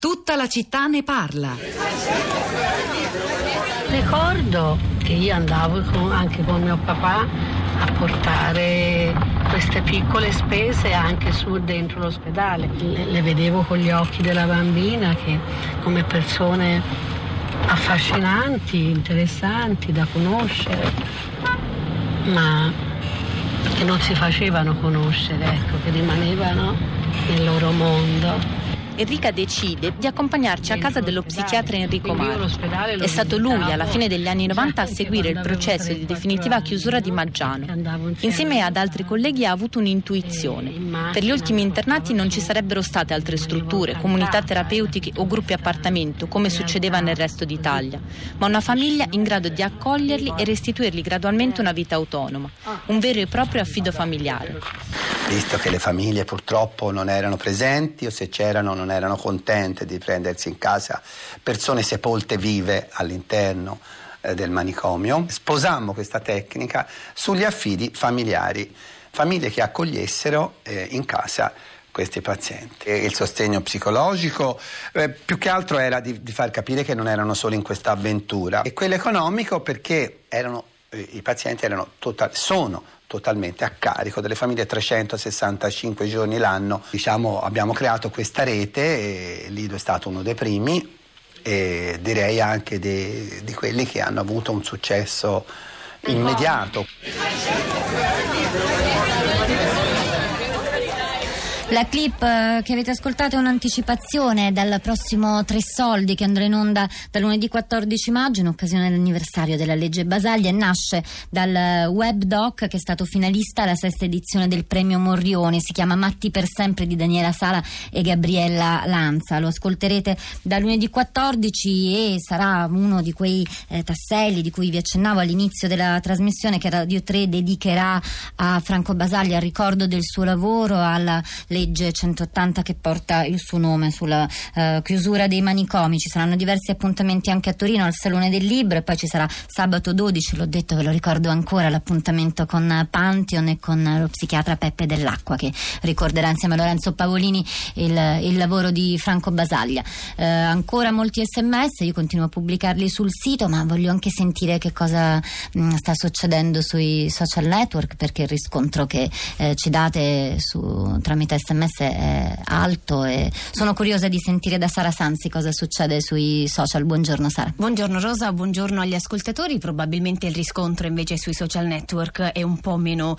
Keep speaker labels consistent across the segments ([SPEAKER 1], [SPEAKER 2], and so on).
[SPEAKER 1] Tutta la città ne parla.
[SPEAKER 2] Ricordo che io andavo anche con mio papà a portare queste piccole spese anche su dentro l'ospedale. Le vedevo con gli occhi della bambina, che come persone affascinanti, interessanti da conoscere, ma che non si facevano conoscere, ecco, che rimanevano nel loro mondo.
[SPEAKER 3] Enrica decide di accompagnarci a casa dello psichiatra Enrico Mari. È stato lui, alla fine degli anni 90, a seguire il processo di definitiva chiusura di Maggiano. Insieme ad altri colleghi ha avuto un'intuizione. Per gli ultimi internati non ci sarebbero state altre strutture, comunità terapeutiche o gruppi appartamento, come succedeva nel resto d'Italia, ma una famiglia in grado di accoglierli e restituirgli gradualmente una vita autonoma, un vero e proprio affido familiare.
[SPEAKER 4] Visto che le famiglie purtroppo non erano presenti, o se c'erano non erano contente di prendersi in casa persone sepolte vive all'interno del manicomio, sposammo questa tecnica sugli affidi familiari, famiglie che accogliessero in casa questi pazienti. Il sostegno psicologico più che altro era di far capire che non erano solo in questa avventura, e quello economico perché i pazienti sono totalmente a carico delle famiglie 365 giorni l'anno. Abbiamo creato questa rete e Lido è stato uno dei primi e direi anche di quelli che hanno avuto un successo immediato.
[SPEAKER 5] La clip che avete ascoltato è un'anticipazione dal prossimo Tre Soldi, che andrà in onda dal lunedì 14 maggio in occasione dell'anniversario della legge Basaglia, e nasce dal webdoc che è stato finalista alla sesta edizione del premio Morrione. Si chiama Matti per sempre, di Daniela Sala e Gabriella Lanza. Lo ascolterete da lunedì 14 e sarà uno di quei tasselli di cui vi accennavo all'inizio della trasmissione, che Radio 3 dedicherà a Franco Basaglia, al ricordo del suo lavoro, alla legge 180 che porta il suo nome, sulla chiusura dei manicomi. Ci saranno diversi appuntamenti anche a Torino al Salone del Libro, e poi ci sarà sabato 12, l'ho detto, ve lo ricordo ancora, l'appuntamento con Pantheon e con lo psichiatra Peppe Dell'Acqua, che ricorderà insieme a Lorenzo Pavolini il lavoro di Franco Basaglia. Ancora molti SMS, io continuo a pubblicarli sul sito, ma voglio anche sentire che cosa sta succedendo sui social network, perché il riscontro che ci date tramite SMS è alto, e sono curiosa di sentire da Sara Sanzi cosa succede sui social. Buongiorno Sara.
[SPEAKER 6] Buongiorno Rosa, buongiorno agli ascoltatori. Probabilmente il riscontro invece sui social network è un po' meno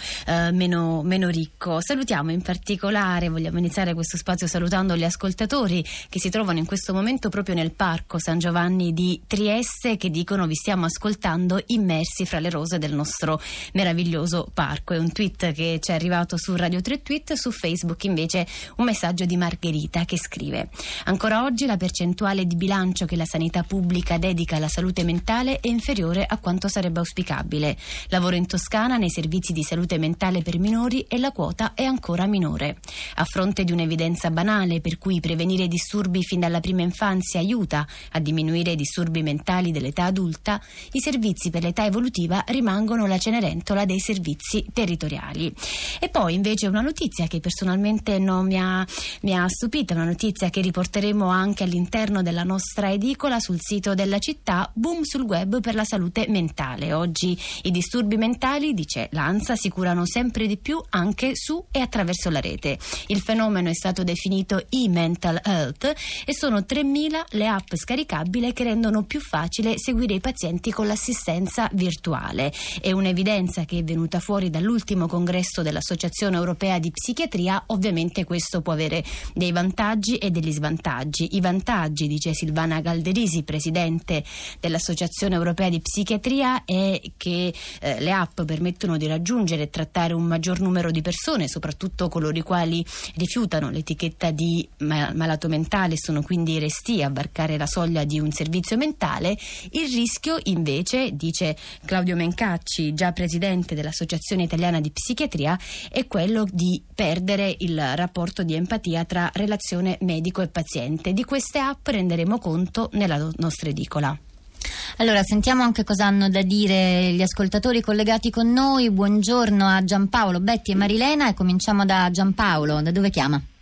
[SPEAKER 6] ricco. Salutiamo in particolare, vogliamo iniziare questo spazio salutando gli ascoltatori che si trovano in questo momento proprio nel Parco San Giovanni di Trieste, che dicono: vi stiamo ascoltando immersi fra le rose del nostro meraviglioso parco. È un tweet che ci è arrivato su Radio 3 Tweet. Su Facebook invece un messaggio di Margherita che scrive: ancora oggi la percentuale di bilancio che la sanità pubblica dedica alla salute mentale è inferiore a quanto sarebbe auspicabile. Lavoro in Toscana nei servizi di salute mentale per minori e la quota è ancora minore. A fronte di un'evidenza banale per cui prevenire disturbi fin dalla prima infanzia aiuta a diminuire i disturbi mentali dell'età adulta, i servizi per l'età evolutiva rimangono la Cenerentola dei servizi territoriali. E poi invece una notizia che personalmente non mi ha stupito, una notizia che riporteremo anche all'interno della nostra edicola sul sito della città: boom sul web per la salute mentale. Oggi i disturbi mentali, dice l'ANSA, si curano sempre di più anche su e attraverso la rete. Il fenomeno è stato definito e-mental health e sono 3.000 le app scaricabili che rendono più facile seguire i pazienti con l'assistenza virtuale. È un'evidenza che è venuta fuori dall'ultimo congresso dell'Associazione Europea di Psichiatria. Ovviamente questo può avere dei vantaggi e degli svantaggi. I vantaggi, dice Silvana Galderisi, presidente dell'Associazione Europea di Psichiatria, è che le app permettono di raggiungere e trattare un maggior numero di persone, soprattutto coloro i quali rifiutano l'etichetta di malato mentale e sono quindi restii a varcare la soglia di un servizio mentale. Il rischio invece, dice Claudio Mencacci, già presidente dell'Associazione Italiana di Psichiatria, è quello di perdere il rapporto di empatia tra relazione medico e paziente. Di queste app renderemo conto nella nostra edicola.
[SPEAKER 5] Allora sentiamo anche cosa hanno da dire gli ascoltatori collegati con noi. Buongiorno a Giampaolo, Betty e Marilena, e cominciamo da Giampaolo. Da dove chiama?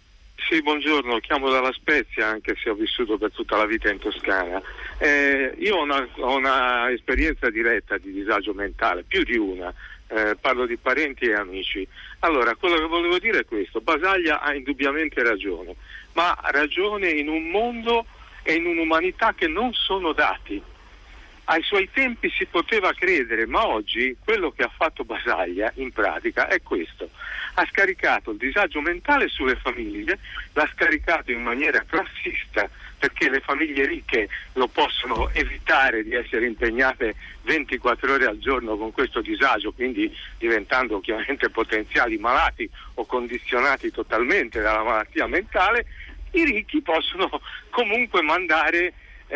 [SPEAKER 7] Sì, buongiorno, chiamo dalla Spezia, anche se ho vissuto per tutta la vita in Toscana. Io ho una esperienza diretta di disagio mentale, più di una. Parlo di parenti e amici. Allora, quello che volevo dire è questo: Basaglia ha indubbiamente ragione, ma ha ragione in un mondo e in un'umanità che non sono dati. Ai suoi tempi si poteva credere, ma oggi quello che ha fatto Basaglia in pratica è questo: ha scaricato il disagio mentale sulle famiglie, l'ha scaricato in maniera classista, perché le famiglie ricche lo possono evitare di essere impegnate 24 ore al giorno con questo disagio, quindi diventando chiaramente potenziali malati o condizionati totalmente dalla malattia mentale. I ricchi possono comunque mandare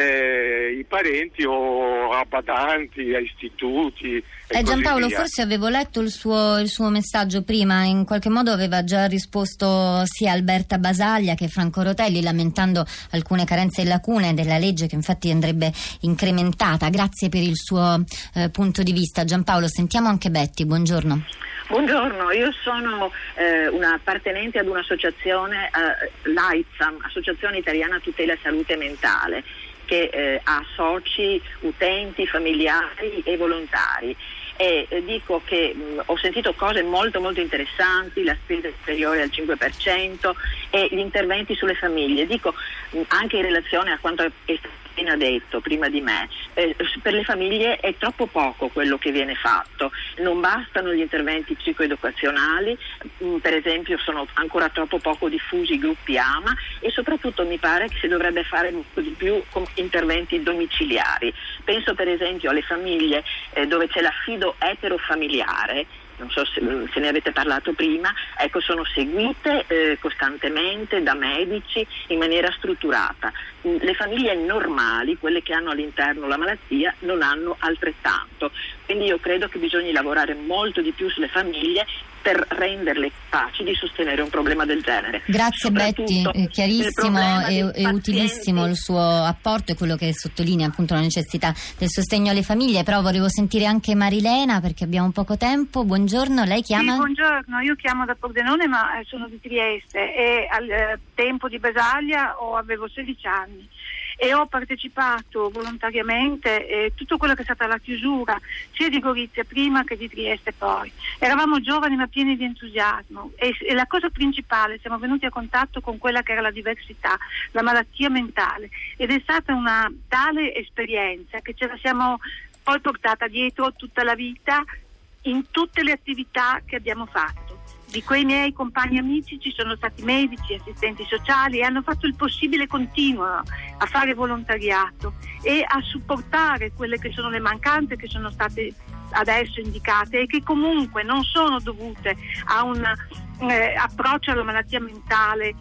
[SPEAKER 7] i parenti o a badanti, a istituti.
[SPEAKER 5] Giampaolo, forse avevo letto il suo messaggio prima, in qualche modo aveva già risposto sia Alberta Basaglia che Franco Rotelli, lamentando alcune carenze e lacune della legge, che infatti andrebbe incrementata. Grazie per il suo punto di vista. Giampaolo, sentiamo anche Betty, buongiorno.
[SPEAKER 8] Buongiorno, io sono una appartenente ad un'associazione, l'AITSAM, Associazione Italiana Tutela Salute Mentale, che ha soci, utenti, familiari e volontari. E dico che ho sentito cose molto molto interessanti, la spesa superiore al 5% e gli interventi sulle famiglie. Dico anche in relazione a quanto è appena detto prima di me, per le famiglie è troppo poco quello che viene fatto, non bastano gli interventi psicoeducazionali, per esempio sono ancora troppo poco diffusi i gruppi AMA, e soprattutto mi pare che si dovrebbe fare molto di più con interventi domiciliari. Penso per esempio alle famiglie dove c'è l'affido eterofamiliare, non so se ne avete parlato prima, ecco, sono seguite costantemente da medici in maniera strutturata. Le famiglie normali, quelle che hanno all'interno la malattia, non hanno altrettanto. Quindi io credo che bisogna lavorare molto di più sulle famiglie per renderle capaci di sostenere un problema del genere.
[SPEAKER 5] Grazie Betty, chiarissimo e utilissimo il suo apporto e quello che sottolinea appunto la necessità del sostegno alle famiglie. Però volevo sentire anche Marilena, perché abbiamo poco tempo. Buongiorno, lei chiama?
[SPEAKER 9] Sì, buongiorno, io chiamo da Pordenone, ma sono di Trieste e al tempo di Basaglia avevo 16 anni e ho partecipato volontariamente tutto quello che è stata la chiusura sia di Gorizia prima che di Trieste poi. Eravamo giovani ma pieni di entusiasmo e la cosa principale, siamo venuti a contatto con quella che era la diversità, la malattia mentale, ed è stata una tale esperienza che ce la siamo poi portata dietro tutta la vita in tutte le attività che abbiamo fatto. Di quei miei compagni amici ci sono stati medici, assistenti sociali, e hanno fatto il possibile, continuano a fare volontariato e a supportare quelle che sono le mancanze che sono state adesso indicate e che comunque non sono dovute a un approccio alla malattia mentale.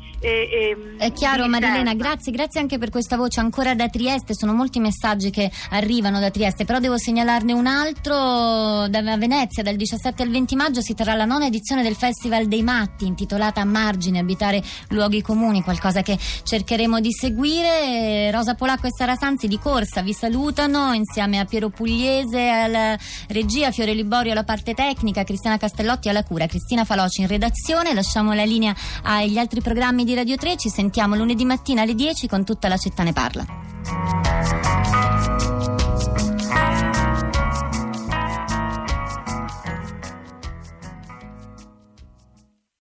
[SPEAKER 5] È chiaro Marilena, grazie anche per questa voce ancora da Trieste. Sono molti messaggi che arrivano da Trieste, però devo segnalarne un altro. Da Venezia dal 17 al 20 maggio si terrà la 9ª edizione del Festival dei Matti, intitolata A Margine, abitare luoghi comuni, qualcosa che cercheremo di seguire. Rosa Polacco e Sara Sanzi di corsa vi salutano insieme a Piero Pugliese alla regia, Fiore Liborio alla parte tecnica, Cristiana Castellotti alla cura, Cristina Faloci in redazione. Lasciamo la linea agli altri programmi di Radio 3, ci sentiamo lunedì mattina alle 10 con Tutta la città ne parla.